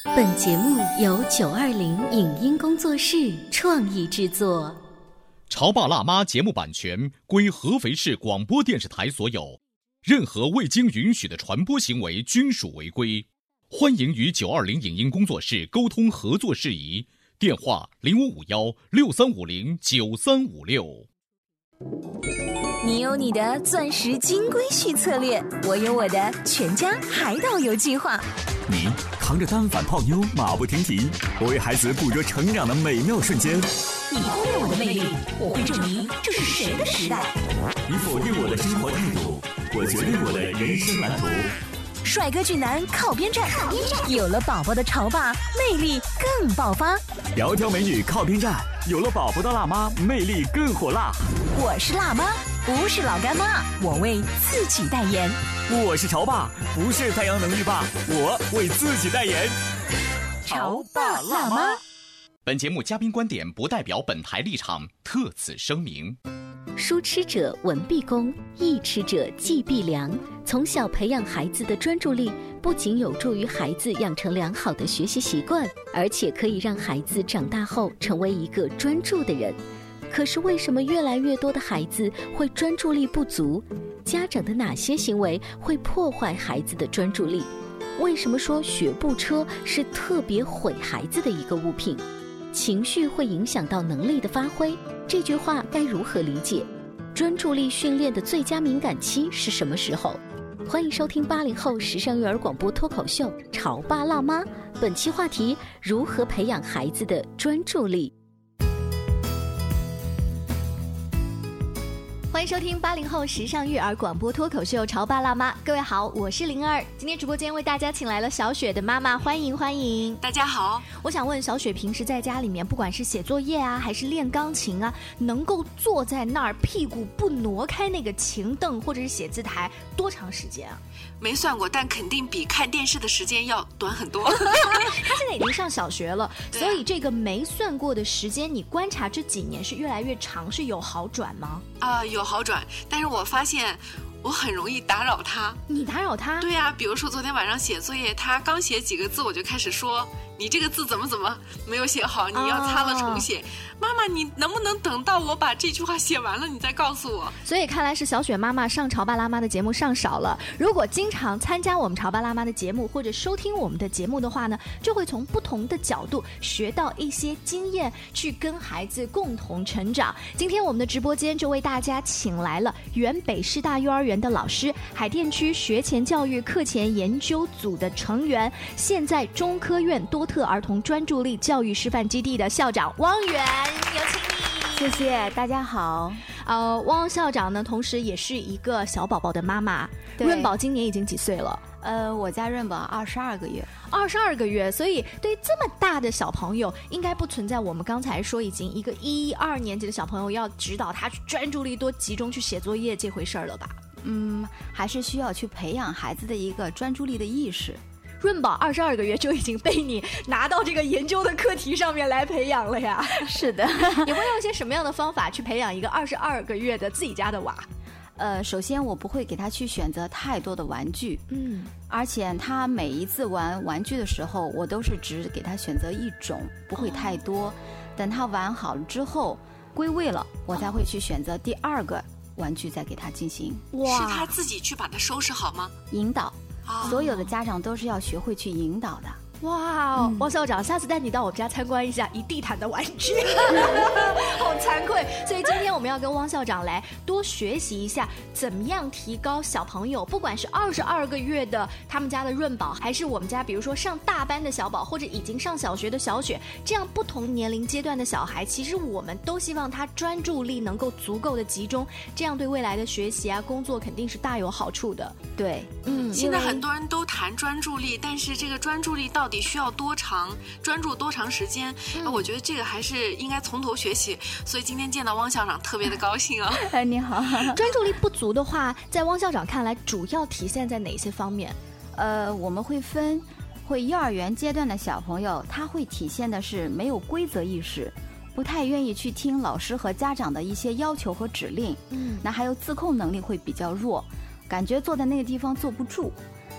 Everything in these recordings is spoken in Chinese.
本节目由920影音工作室创意制作。 潮爸辣妈节目版权归合肥市广播电视台所有，任何未经允许的传播行为均属违规。欢迎与920影音工作室沟通合作事宜，电话055163509356。 你有你的钻石金龟婿策略，我有我的全家海岛游计划。 你扛着单反泡妞马不停蹄，我为孩子捕捉成长的美妙瞬间。 你忽略我的魅力，我会证明这是谁的时代。 你否定我的生活态度，我决定我的人生蓝图。 帅哥俊男靠边站，有了宝宝的潮爸魅力更爆发。 窈窕美女靠边站，有了宝宝的辣妈魅力更火辣。 我是辣妈，不是老干妈，我为自己代言。 我是潮爸，不是太阳能浴霸，我为自己代言。 潮爸辣妈。 本节目嘉宾观点不代表本台立场，特此声明。 书吃者闻必恭，艺吃者技必良。从小培养孩子的专注力，不仅有助于孩子养成良好的学习习惯，而且可以让孩子长大后成为一个专注的人。可是为什么越来越多的孩子会专注力不足？家长的哪些行为会破坏孩子的专注力？为什么说学步车是特别毁孩子的一个物品？情绪会影响到能力的发挥，这句话该如何理解？专注力训练的最佳敏感期是什么时候？欢迎收听80后时尚育儿广播脱口秀《潮爸辣妈》，本期话题：如何培养孩子的专注力。 欢迎收听80后时尚育儿广播脱口秀《潮爸辣妈》，各位好，我是灵儿。今天直播间为大家请来了小雪的妈妈，欢迎欢迎。 大家好， 我想问小雪，平时在家里面，不管是写作业啊，还是练钢琴啊，能够坐在那儿屁股不挪开那个琴凳或者是写字台多长时间啊？ 没算过，但肯定比看电视的时间要短很多。 他现在已经上小学了，所以这个没算过的时间，你观察这几年是越来越长，是有好转吗？ 有好转，但是我发现我很容易打扰他。 你打扰他？ 对呀，比如说昨天晚上写作业，他刚写几个字，我就开始说你这个字怎么没有写好，你要擦了重写。妈妈，你能不能等到我把这句话写完了你再告诉我？ 所以看来是小雪妈妈上潮爸辣妈的节目上少了。如果经常参加我们潮爸辣妈的节目或者收听我们的节目的话呢，就会从不同的角度学到一些经验，去跟孩子共同成长。今天我们的直播间就为大家请来了原北师大幼儿园的老师，海淀区学前教育课前研究组的成员，现在中科院多特儿童专注力教育示范基地的校长汪源，有请你。 谢谢，大家好。 汪校长呢，同时也是一个小宝宝的妈妈。润宝今年已经几岁了？ 我家润宝22个月。 22个月，所以对这么大的小朋友，应该不存在我们刚才说已经一个1、2年级的小朋友要指导他去专注力多集中去写作业这回事了吧？ 还是需要去培养孩子的一个专注力的意识。 润宝22个月就已经被你拿到这个研究的课题上面来培养了呀？ 是的。 你会用一些什么样的方法去培养一个22个月的自己家的娃？ 首先我不会给他去选择太多的玩具，而且他每一次玩玩具的时候，我都是只给他选择一种，不会太多。等他玩好了之后归位了，我才会去选择第2个玩具再给他进行。 是他自己去把它收拾好吗？ 引导。所有的家长都是要学会去引导的。 哇，汪校长，下次带你到我们家参观一下一地毯的玩具，好惭愧。所以今天我们要跟汪校长来多学习一下，怎么样提高小朋友，不管是22个月的他们家的润宝，还是我们家比如说上大班的小宝，或者已经上小学的小雪，这样不同年龄阶段的小孩，其实我们都希望他专注力能够足够的集中，这样对未来的学习啊、工作肯定是大有好处的。 对， 现在很多人都谈专注力，但是这个专注力到底需要多长，专注多长时间？我觉得这个还是应该从头学习。所以今天见到汪校长特别的高兴啊！ 你好。 专注力不足的话，在汪校长看来，主要体现在哪些方面？ 我们会幼儿园阶段的小朋友，他会体现的是没有规则意识，不太愿意去听老师和家长的一些要求和指令。那还有自控能力会比较弱，感觉坐在那个地方坐不住。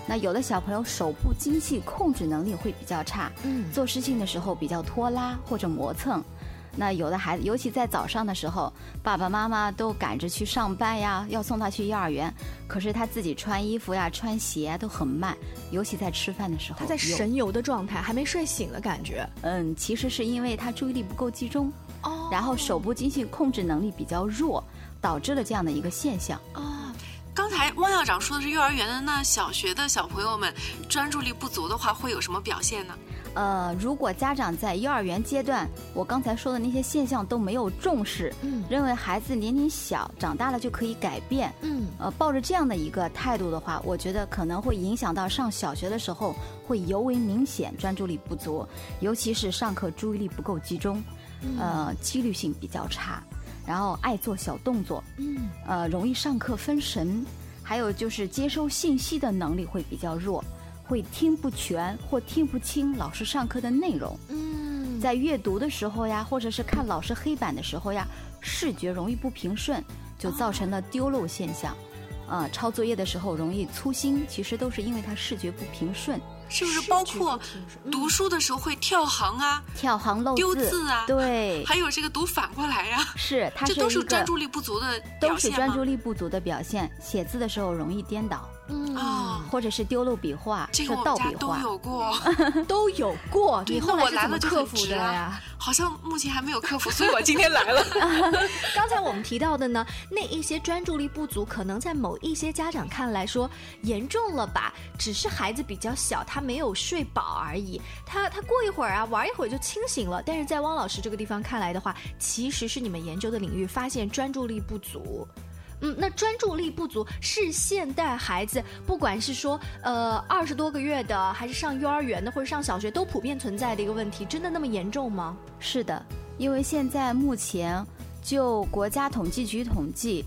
那有的小朋友手部精细控制能力会比较差，做事情的时候比较拖拉或者磨蹭。那有的孩子，尤其在早上的时候，爸爸妈妈都赶着去上班呀，要送他去幼儿园，可是他自己穿衣服呀、穿鞋啊都很慢，尤其在吃饭的时候， 他在神游的状态，还没睡醒的感觉。 其实是因为他注意力不够集中，然后手部精细控制能力比较弱，导致了这样的一个现象。 刚才汪校长说的是幼儿园的，那小学的小朋友们专注力不足的话，会有什么表现呢？ 如果家长在幼儿园阶段，我刚才说的那些现象都没有重视，认为孩子年龄小，长大了就可以改变，抱着这样的一个态度的话，我觉得可能会影响到上小学的时候会尤为明显专注力不足，尤其是上课注意力不够集中，纪律性比较差，然后爱做小动作，容易上课分神，还有就是接收信息的能力会比较弱，会听不全或听不清老师上课的内容。在阅读的时候呀，或者是看老师黑板的时候呀，视觉容易不平顺，就造成了丢漏现象。抄作业的时候容易粗心，其实都是因为他视觉不平顺。 是不是包括读书的时候会跳行啊、 跳行漏字、 丢字啊？ 对， 还有这个读反过来呀， 是它是这都是专注力不足的表现吗？ 都是专注力不足的表现。写字的时候容易颠倒，或者是丢漏笔画， 这个我们家都有过， 都有过。 对， 你后来是怎么我来了就克服的呀呀？ 好像目前还没有克服，所以我今天来了。 刚才我们提到的呢，那一些专注力不足，可能在某一些家长看来说严重了吧，只是孩子比较小，他没有睡饱而已，他过一会儿啊，玩一会儿就清醒了。但是在汪老师这个地方看来的话，其实是你们研究的领域发现专注力不足。那专注力不足是现代孩子，不管是说20多个月的，还是上幼儿园的，或者上小学，都普遍存在的一个问题，真的那么严重吗？ 是的，因为现在目前就国家统计局统计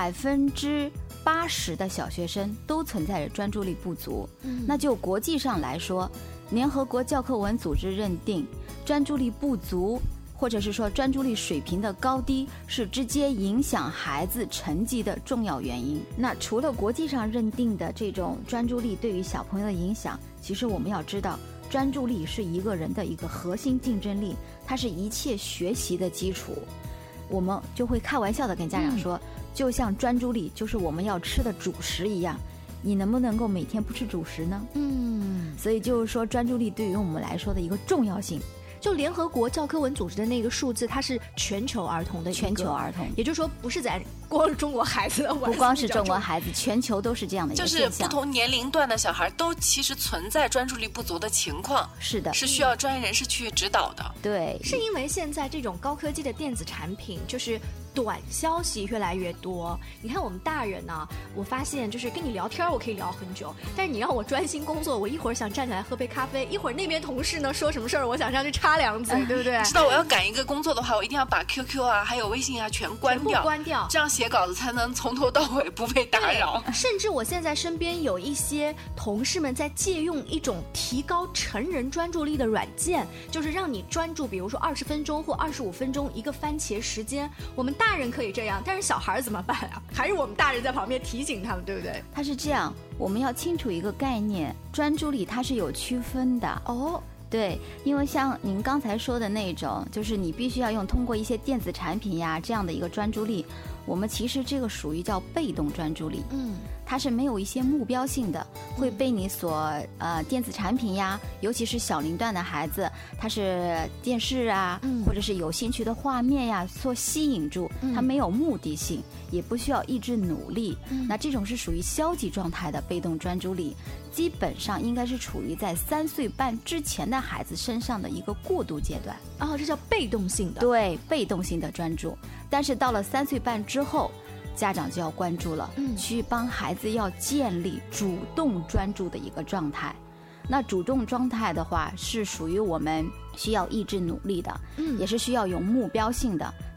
，80%的小学生都存在着专注力不足。那就国际上来说，联合国教科文组织认定，专注力不足或者是说专注力水平的高低是直接影响孩子成绩的重要原因。那除了国际上认定的这种专注力对于小朋友的影响，其实我们要知道，专注力是一个人的一个核心竞争力，它是一切学习的基础。我们就会开玩笑的跟家长说，就像专注力就是我们要吃的主食一样，你能不能够每天不吃主食呢？所以就是说专注力对于我们来说的一个重要性。 就联合国教科文组织的那个数字，它是全球儿童的一个， 全球儿童， 也就是说不是在光中国孩子的， 不光是中国孩子，全球都是这样的一个现象。 就是不同年龄段的小孩都其实存在专注力不足的情况。 是的， 是需要专业人士去指导的。 对， 是因为现在这种高科技的电子产品，就是短消息越来越多。你看我们大人呢，我发现就是跟你聊天我可以聊很久，但是你让我专心工作，我一会儿想站起来喝杯咖啡，一会儿那边同事呢说什么事儿，我想上去插两嘴，对不对？ 知道我要赶一个工作的话，我一定要把 QQ 啊还有微信啊全关掉，这样写稿子才能从头到尾不被打扰。 甚至我现在身边有一些同事们在借用一种提高成人专注力的软件，就是让你专注，比如说20分钟或25分钟一个番茄时间。我们大人可以这样，但是小孩怎么办啊？还是我们大人在旁边提醒他们，对不对？ 他是这样，我们要清楚一个概念，专注力它是有区分的哦。对，因为像您刚才说的那种，就是你必须要通过一些电子产品呀这样的一个专注力，我们其实这个属于叫被动专注力。它是没有一些目标性的，会被你所电子产品呀，尤其是小龄段的孩子，他是电视啊，或者是有兴趣的画面呀所吸引住，它没有目的性，也不需要意志努力。那这种是属于消极状态的被动专注力，基本上应该是处于在3岁半之前的孩子身上的一个过渡阶段。 这叫被动性的。 对，被动性的专注。但是到了3岁半之后，家长就要关注了，去帮孩子要建立主动专注的一个状态。那主动状态的话，是属于我们需要意志努力的，也是需要有目标性的，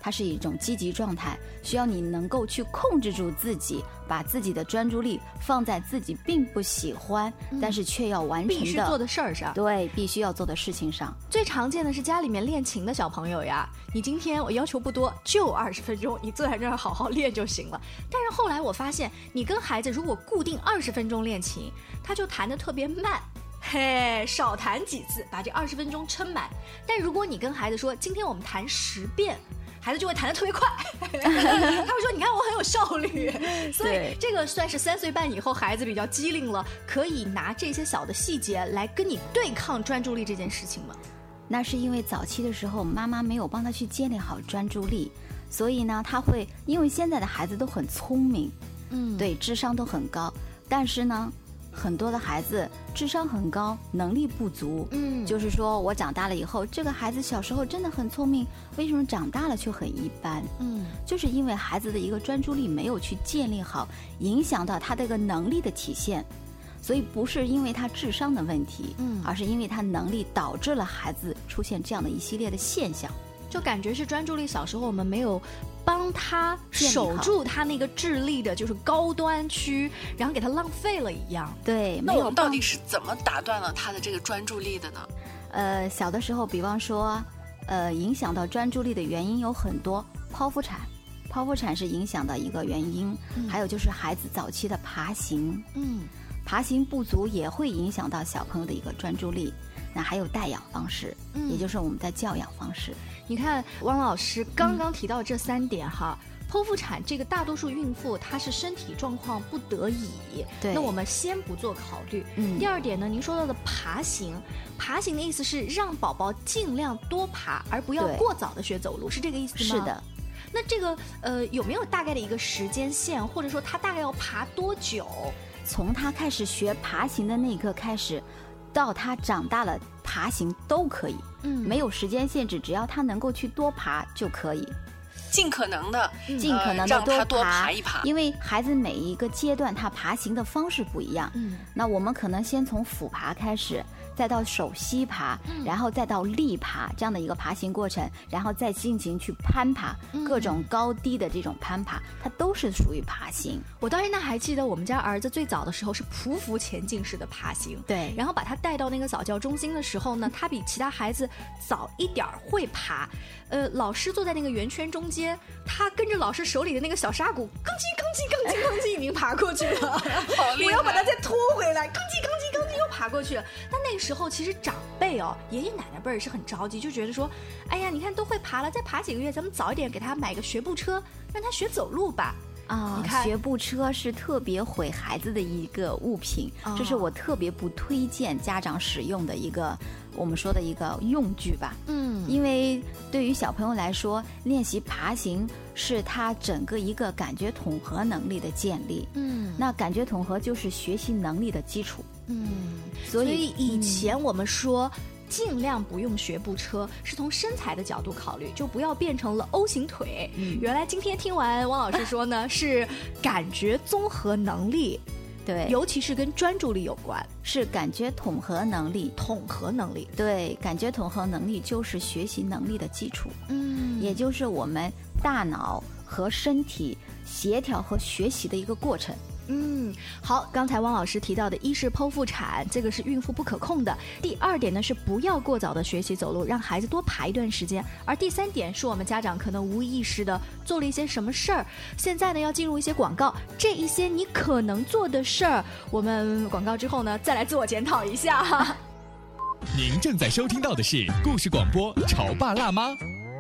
它是一种积极状态，需要你能够去控制住自己，把自己的专注力放在自己并不喜欢，但是却要完成的必须做的事儿上。 对，必须要做的事情上。 最常见的是家里面练琴的小朋友呀，你今天我要求不多，就20分钟，你坐在这儿好好练就行了。但是后来我发现，你跟孩子如果固定20分钟练琴，他就弹得特别慢。嘿，少弹几次，把这20分钟撑满。但如果你跟孩子说，今天我们弹10遍，孩子就会弹得特别快。他会说，你看我很有效率。所以这个算是3岁半以后孩子比较机灵了，可以拿这些小的细节来跟你对抗专注力这件事情吗？ 那是因为早期的时候妈妈没有帮他去建立好专注力，所以呢他会，因为现在的孩子都很聪明，对，智商都很高，但是呢很多的孩子智商很高，能力不足。就是说我长大了以后，这个孩子小时候真的很聪明，为什么长大了却很一般？就是因为孩子的一个专注力没有去建立好，影响到他这个能力的体现。所以不是因为他智商的问题，而是因为他能力导致了孩子出现这样的一系列的现象。 就感觉是专注力小时候我们没有帮他守住他那个智力的就是高端区，然后给他浪费了一样。 对， 那我们到底是怎么打断了他的这个专注力的呢？ 小的时候比方说影响到专注力的原因有很多，剖腹产是影响的一个原因，还有就是孩子早期的爬行，爬行不足也会影响到小朋友的一个专注力。那还有带养方式，也就是我们的教养方式。 你看汪老师刚刚提到这3点哈，剖腹产这个大多数孕妇她是身体状况不得已， 对， 那我们先不做考虑。第2点呢，您说到的爬行的意思是让宝宝尽量多爬，而不要过早的学走路，是这个意思吗？ 是的。 那这个有没有大概的一个时间线，或者说他大概要爬多久？ 从他开始学爬行的那一刻开始，到他长大了爬行都可以，没有时间限制，只要他能够去多爬就可以， 尽可能的让他多爬一爬。 因为孩子每一个阶段他爬行的方式不一样，那我们可能先从俯爬开始，再到手膝爬，然后再到立爬这样的一个爬行过程，然后再进行去攀爬，各种高低的这种攀爬，它都是属于爬行。 我到现在还记得我们家儿子最早的时候是匍匐前进式的爬行， 对， 然后把他带到那个早教中心的时候呢，他比其他孩子早一点会爬。老师坐在那个圆圈中间，他跟着老师手里的那个小沙鼓，吭叽已经爬过去了。我要把他再拖回来，吭叽又爬过去了。但那个时候其实长辈爷爷奶奶辈儿是很着急，就觉得说，哎呀，你看都会爬了，再爬几个月，咱们早一点给他买个学步车，让他学走路吧。 你看学步车是特别毁孩子的一个物品，这是我特别不推荐家长使用的一个我们说的一个用具吧。因为对于小朋友来说，练习爬行是他整个一个感觉统合能力的建立。那感觉统合就是学习能力的基础。所以以前我们说尽量不用学步车，是从身材的角度考虑，就不要变成了 O 型腿。原来今天听完汪老师说呢，是感觉综合能力， 对， 尤其是跟专注力有关， 是感觉统合能力。对，感觉统合能力就是学习能力的基础。也就是我们大脑和身体协调和学习的一个过程。 好，刚才汪老师提到的，一是剖腹产，这个是孕妇不可控的；第2点呢是不要过早的学习走路，让孩子多爬一段时间；而第3点是我们家长可能无意识的做了一些什么事儿。现在呢要进入一些广告，这一些你可能做的事儿，我们广告之后呢再来自我检讨一下。 您正在收听到的是故事广播《潮爸辣妈》。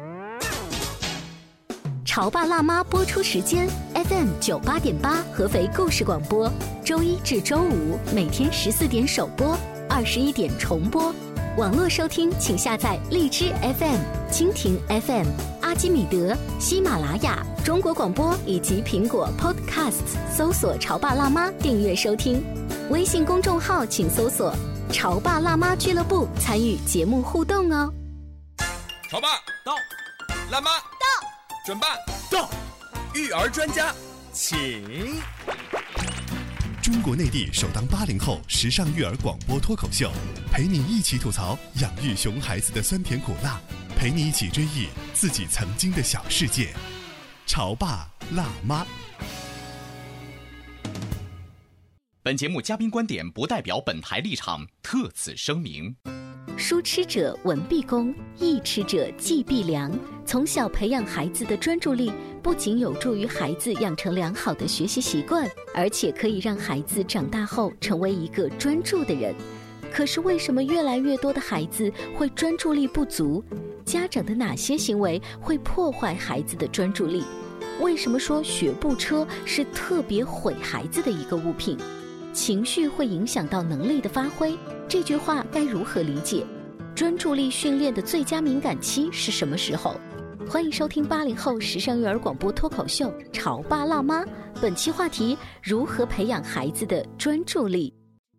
潮爸辣妈播出时间 FM 98.8合肥故事广播，周1至周5每天14点首播，21点重播。网络收听请下载荔枝 FM、蜻蜓 FM、阿基米德、喜马拉雅、中国广播以及苹果 Podcasts， 搜索潮爸辣妈订阅收听。微信公众号请搜索潮爸辣妈俱乐部，参与节目互动哦。 潮爸到，辣妈到，准爸到，育儿专家请。 中国内地首档80后时尚育儿广播脱口秀，陪你一起吐槽养育熊孩子的酸甜苦辣， 陪你一起追忆自己曾经的小世界。潮爸辣妈。 本节目嘉宾观点不代表本台立场，特此声明。 书吃者文必恭，艺吃者技必良。从小培养孩子的专注力，不仅有助于孩子养成良好的学习习惯，而且可以让孩子长大后成为一个专注的人。可是为什么越来越多的孩子会专注力不足？家长的哪些行为会破坏孩子的专注力？为什么说学步车是特别毁孩子的一个物品？情绪会影响到能力的发挥，这句话该如何理解？专注力训练的最佳敏感期是什么时候？欢迎收听80后时尚育儿广播脱口秀《潮爸辣妈》，本期话题：如何培养孩子的专注力。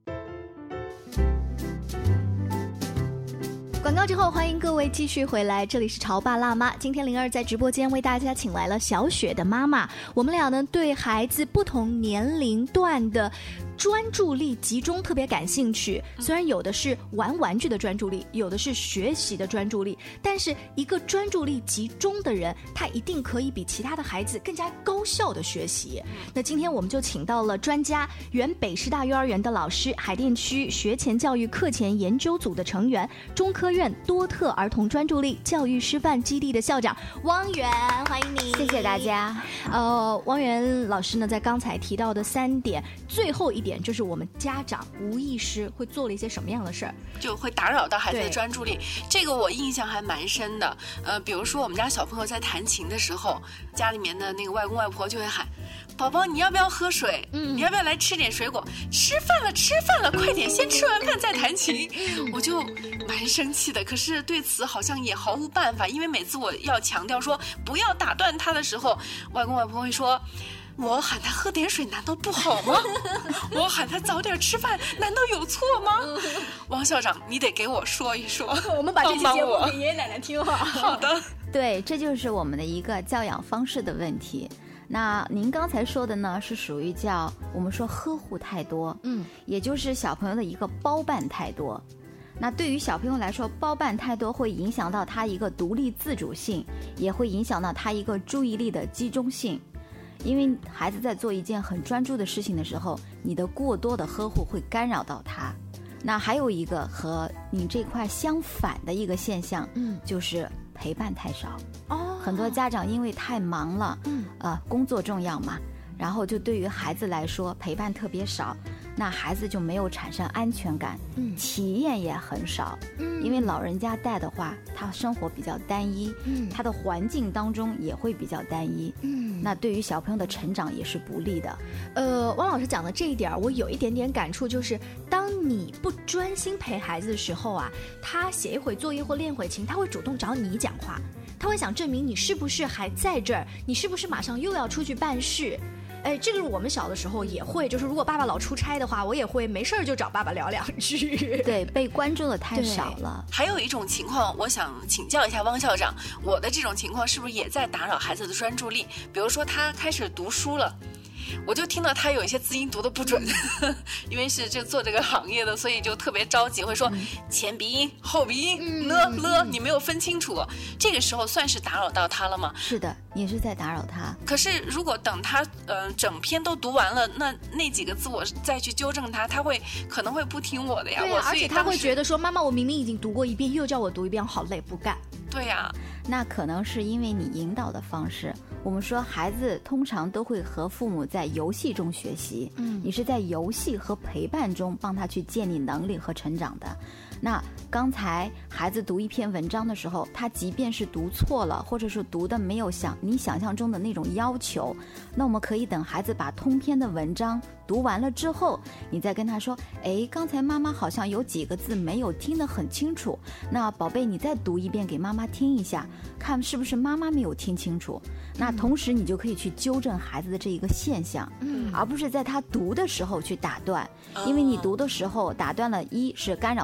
广告之后，欢迎各位继续回来，这里是潮爸辣妈。今天灵儿在直播间为大家请来了小雪的妈妈，我们俩呢对孩子不同年龄段的专注力集中特别感兴趣。虽然有的是玩玩具的专注力，有的是学习的专注力，但是一个专注力集中的人，他一定可以比其他的孩子更加高效的学习。那今天我们就请到了专家，原北师大幼儿园的老师，海淀区学前教育课前研究组的成员，中科院多特儿童专注力教育师范基地的校长汪源，欢迎你。 谢谢大家。 汪源老师呢，在刚才提到的3点，最后一点就是我们家长无意识会做了一些什么样的事儿， 就会打扰到孩子的专注力。这个我印象还蛮深的。比如说我们家小朋友在弹琴的时候，家里面的那个外公外婆就会喊：“宝宝，你要不要喝水？你要不要来吃点水果？吃饭了，快点，先吃完饭再弹琴。”我就蛮生气的，可是对此好像也毫无办法，因为每次我要强调说不要打断他的时候，外公外婆会说：“我喊他喝点水难道不好吗？我喊他早点吃饭难道有错吗？”汪校长，你得给我说一说， 我们把这期节目给爷爷奶奶听好。 好的。 对，这就是我们的一个教养方式的问题。那您刚才说的呢，是属于叫我们说呵护太多，也就是小朋友的一个包办太多。那对于小朋友来说，包办太多会影响到他一个独立自主性，也会影响到他一个注意力的集中性。因为孩子在做一件很专注的事情的时候，你的过多的呵护会干扰到他。那还有一个和你这块相反的一个现象，就是陪伴太少。很多家长因为太忙了，工作重要嘛，然后就对于孩子来说陪伴特别少，那孩子就没有产生安全感，体验也很少。因为老人家带的话，他生活比较单一，他的环境当中也会比较单一，那对于小朋友的成长也是不利的。 汪老师讲的这一点我有一点点感触，就是当你不专心陪孩子的时候啊，他写一会作业或练会琴，他会主动找你讲话，他会想证明你是不是还在这儿，你是不是马上又要出去办事。这个我们小的时候也会，就是如果爸爸老出差的话，我也会没事就找爸爸聊两句。 对，被关注的太少了。 还有一种情况，我想请教一下汪校长，我的这种情况是不是也在打扰孩子的专注力？比如说他开始读书了，我就听到他有一些字音读的不准，因为是做这个行业的，所以就特别着急，会说前鼻音后鼻音了，你没有分清楚。这个时候算是打扰到他了吗？ 是的，你是在打扰他。 可是如果等他整篇都读完了，那几个字我再去纠正他，他可能会不听我的呀。 对，而且他会觉得说，妈妈，我明明已经读过一遍，又叫我读一遍，我好累，不干。 对呀， 那可能是因为你引导的方式。我们说孩子通常都会和父母在游戏中学习，你是在游戏和陪伴中帮他去建立能力和成长的。那刚才孩子读一篇文章的时候，他即便是读错了，或者是读的没有你想象中的那种要求，那我们可以等孩子把通篇的文章读完了之后，你再跟他说，刚才妈妈好像有几个字没有听得很清楚，那宝贝你再读一遍给妈妈听一下，看是不是妈妈没有听清楚。那同时你就可以去纠正孩子的这一个现象，而不是在他读的时候去打断，因为你读的时候打断了，一是干扰他的一个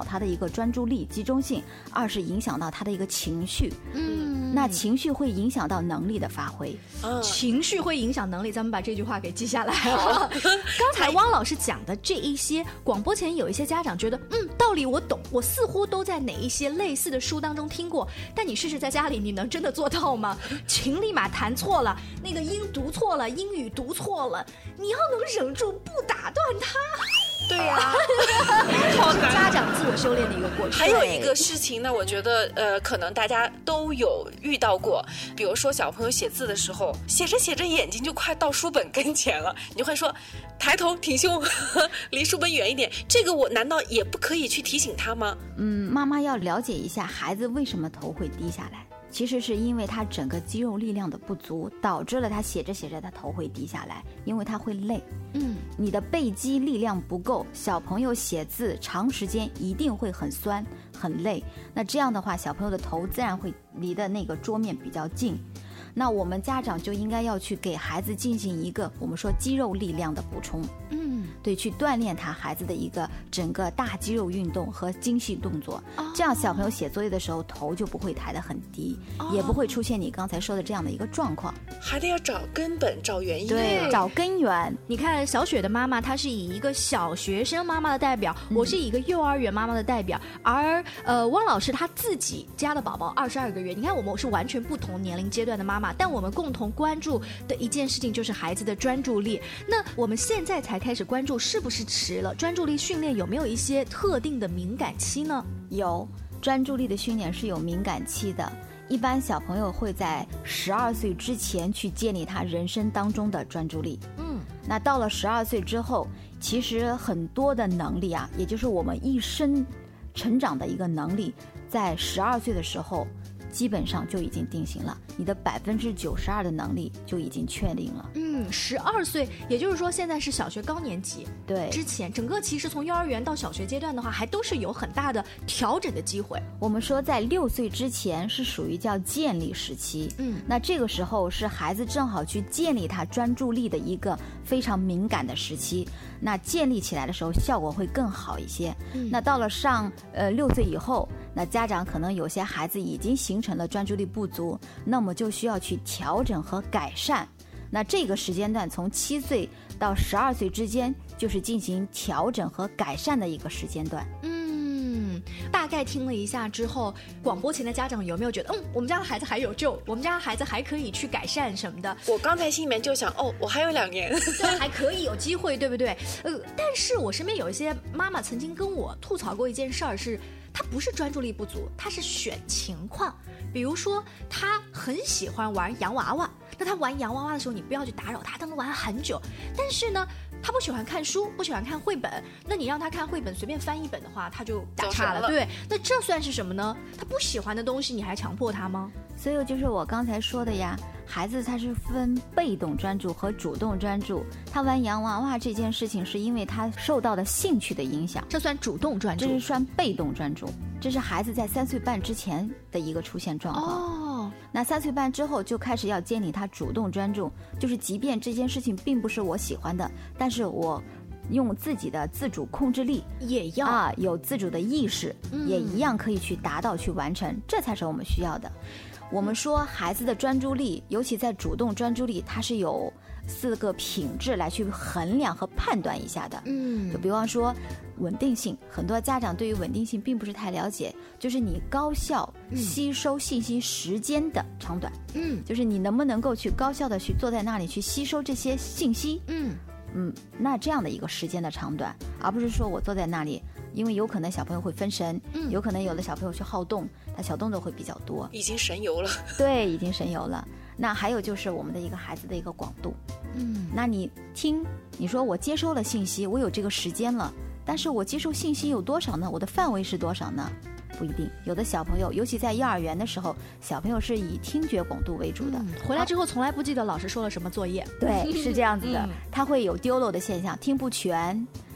专注力、集中性，二是影响到他的一个情绪。那情绪会影响到能力的发挥。 情绪会影响能力，咱们把这句话给记下来了。刚才汪老师讲的这一些，广播前有一些家长觉得，道理我懂，我似乎都在哪一些类似的书当中听过，但你试试在家里，你能真的做到吗？琴立马弹错了，那个音读错了，英语读错了，你要能忍住不打断他。 对呀， 好难。家长自我修炼的一个过程。 还有一个事情呢，我觉得可能大家都有遇到过，比如说小朋友写字的时候，写着写着眼睛就快到书本跟前了，你就会说抬头挺胸，离书本远一点。这个我难道也不可以去提醒他吗？ 妈妈要了解一下孩子为什么头会低下来。其实是因为他整个肌肉力量的不足，导致了他写着写着他头会低下来，因为他会累。你的背肌力量不够，小朋友写字长时间一定会很酸很累，那这样的话小朋友的头自然会离的那个桌面比较近。那我们家长就应该要去给孩子进行一个我们说肌肉力量的补充。对，去锻炼他孩子的一个整个大肌肉运动和精细动作，这样小朋友写作业的时候头就不会抬得很低，也不会出现你刚才说的这样的一个状况。 还得要找根本，找原因。 对，找根源。 你看小雪的妈妈，她是以一个小学生妈妈的代表，我是以一个幼儿园妈妈的代表，而汪老师他自己家的宝宝22个月。你看我们是完全不同年龄阶段的妈妈，但我们共同关注的一件事情就是孩子的专注力。那我们现在才开始关注是不是迟了？专注力训练有没有一些特定的敏感期呢？ 有，专注力的训练是有敏感期的。一般小朋友会在12岁之前去建立他人生当中的专注力。那到了12岁之后，其实很多的能力啊，也就是我们一生成长的一个能力，在12岁的时候基本上就已经定型了，你的92%的能力就已经确定了。 12岁，也就是说现在是小学高年级。 对， 之前整个其实从幼儿园到小学阶段的话，还都是有很大的调整的机会。 我们说在6岁之前是属于叫建立时期。那这个时候是孩子正好去建立他专注力的一个非常敏感的时期。那建立起来的时候效果会更好一些。那到了上6岁以后，那家长可能有些孩子已经形成了专注力不足，那么就需要去调整和改善。那这个时间段从7岁到12岁之间，就是进行调整和改善的一个时间段。 大概听了一下之后，广播前的家长有没有觉得，我们家的孩子还有救，我们家的孩子还可以去改善什么的？ 我刚才心里面就想，我还有2年， 对，还可以有机会，对不对？但是我身边有一些妈妈曾经跟我吐槽过一件事儿，是她不是专注力不足，她是选情况。比如说她很喜欢玩洋娃娃，那她玩洋娃娃的时候，你不要去打扰她，她能玩很久。但是呢，他不喜欢看书，不喜欢看绘本，那你让他看绘本，随便翻一本的话，他就打岔了。对，那这算是什么呢？他不喜欢的东西，你还强迫他吗？ 所以就是我刚才说的呀，孩子他是分被动专注和主动专注。他玩洋娃娃这件事情，是因为他受到的兴趣的影响， 这算主动专注， 这是算被动专注。这是孩子在3岁半之前的一个出现状况。那3岁半之后就开始要建立他主动专注，就是即便这件事情并不是我喜欢的，但是我用自己的自主控制力也要有自主的意识，也一样可以去达到去完成，这才是我们需要的。我们说孩子的专注力，尤其在主动专注力，它是有4个品质来去衡量和判断一下的。就比方说稳定性，很多家长对于稳定性并不是太了解，就是你高效吸收信息时间的长短。就是你能不能够去高效的去坐在那里去吸收这些信息。那这样的一个时间的长短，而不是说我坐在那里，因为有可能小朋友会分神，有可能有的小朋友去好动，他小动作会比较多， 已经神游了。 对，已经神游了。那还有就是我们的一个孩子的一个广度。那你听，你说我接收了信息，我有这个时间了，但是我接受信息有多少呢？我的范围是多少呢？不一定。有的小朋友，尤其在幼儿园的时候，小朋友是以听觉广度为主的， 回来之后从来不记得老师说了什么作业。 对，是这样子的。他会有丢漏的现象，听不全，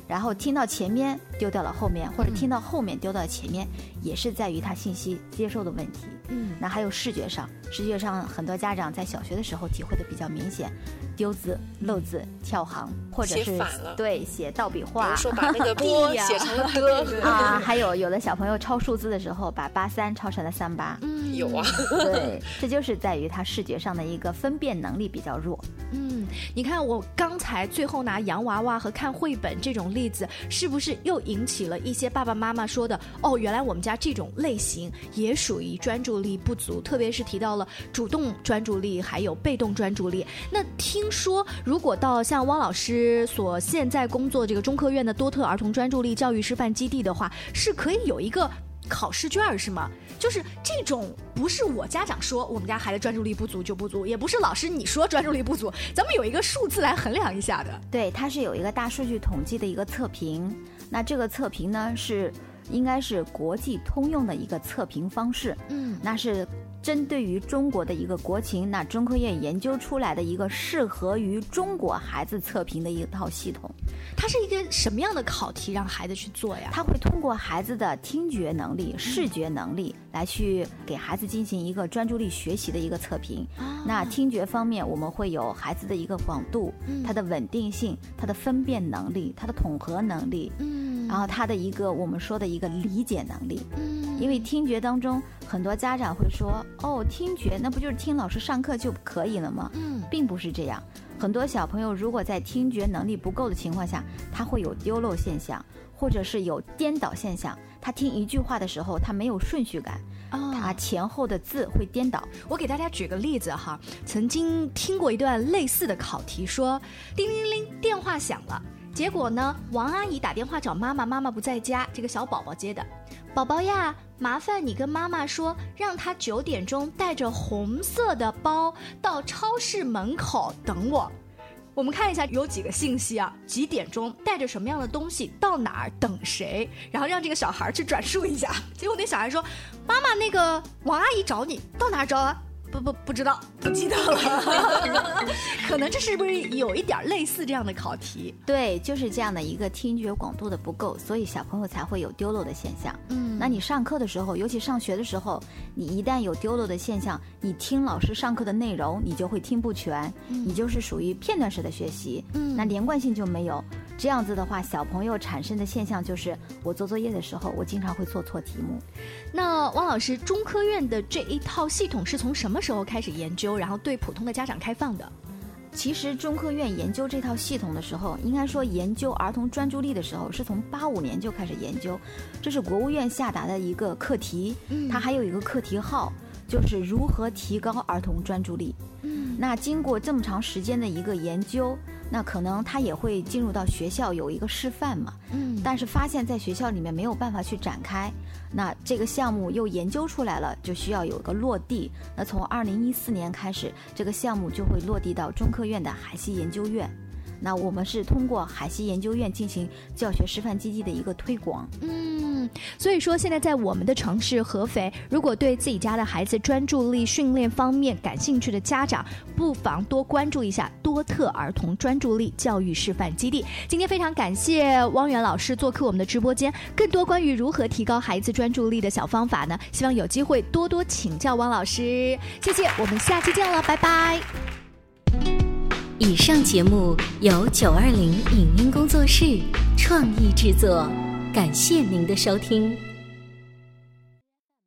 然后听到前面丢掉了后面，或者听到后面丢到了前面，也是在于他信息接受的问题。那还有视觉上很多家长在小学的时候体会的比较明显，丢字、漏字、跳行，或者是写反了， 对，写倒笔画， 比如说把那个波写成了歌啊，还有的小朋友抄数字的时候把83抄成了38， 有啊， 对，这就是在于他视觉上的一个分辨能力比较弱。 你看我刚才最后拿洋娃娃和看绘本这种例子，是不是又引起了一些爸爸妈妈说的哦，原来我们家这种类型也属于专注力不足，特别是提到了主动专注力还有被动专注力。那听说如果到像汪老师所现在工作这个中科院的多特儿童专注力教育示范基地的话，是可以有一个考试卷是吗？就是这种不是我家长说我们家孩子专注力不足就不足，也不是老师你说专注力不足，咱们有一个数字来衡量一下的。 对，它是有一个大数据统计的一个测评，那这个测评呢应该是国际通用的一个测评方式，那是针对于中国的一个国情，那中科院研究出来的一个适合于中国孩子测评的一套系统。 它是一个什么样的考题让孩子去做呀？ 它会通过孩子的听觉能力、视觉能力来去给孩子进行一个专注力学习的一个测评。那听觉方面我们会有孩子的一个广度，他的稳定性，他的分辨能力，他的统合能力，然后他的一个我们说的一个理解能力。因为听觉当中很多家长会说，哦，听觉那不就是听老师上课就可以了吗？并不是这样。很多小朋友如果在听觉能力不够的情况下，他会有丢漏现象，或者是有颠倒现象。他听一句话的时候他没有顺序感，他前后的字会颠倒。 我给大家举个例子哈，曾经听过一段类似的考题，说叮铃铃电话响了，结果呢王阿姨打电话找妈妈，妈妈不在家，这个小宝宝接的，宝宝呀，麻烦你跟妈妈说，让她9点钟带着红色的包到超市门口等我。我们看一下有几个信息啊，几点钟，带着什么样的东西，到哪儿，等谁，然后让这个小孩去转述一下。结果那小孩说，妈妈，那个王阿姨找你，到哪儿找啊？不知道，不记得了。可能这是不是有一点类似这样的考题？ 对，就是这样的一个听觉广度的不够，所以小朋友才会有丢漏的现象。那你上课的时候，尤其上学的时候，你一旦有丢漏的现象，你听老师上课的内容你就会听不全，你就是属于片段式的学习，那连贯性就没有。这样子的话，小朋友产生的现象就是我做作业的时候我经常会做错题目。 那汪老师，中科院的这一套系统是从什么时候开始研究，然后对普通的家长开放的？ 其实中科院研究这套系统的时候，应该说研究儿童专注力的时候是从85年就开始研究，这是国务院下达的一个课题，它还有一个课题号，就是如何提高儿童专注力。那经过这么长时间的一个研究，那可能他也会进入到学校有一个示范嘛，但是发现在学校里面没有办法去展开，那这个项目又研究出来了，就需要有一个落地。那从2014年开始，这个项目就会落地到中科院的海西研究院。那我们是通过海西研究院进行教学示范基地的一个推广。 所以说现在在我们的城市合肥，如果对自己家的孩子专注力训练方面感兴趣的家长，不妨多关注一下多特儿童专注力教育示范基地。今天非常感谢汪源老师做客我们的直播间，更多关于如何提高孩子专注力的小方法呢，希望有机会多多请教汪老师。谢谢，我们下期见了，拜拜。 以上节目由920影音工作室创意制作，感谢您的收听。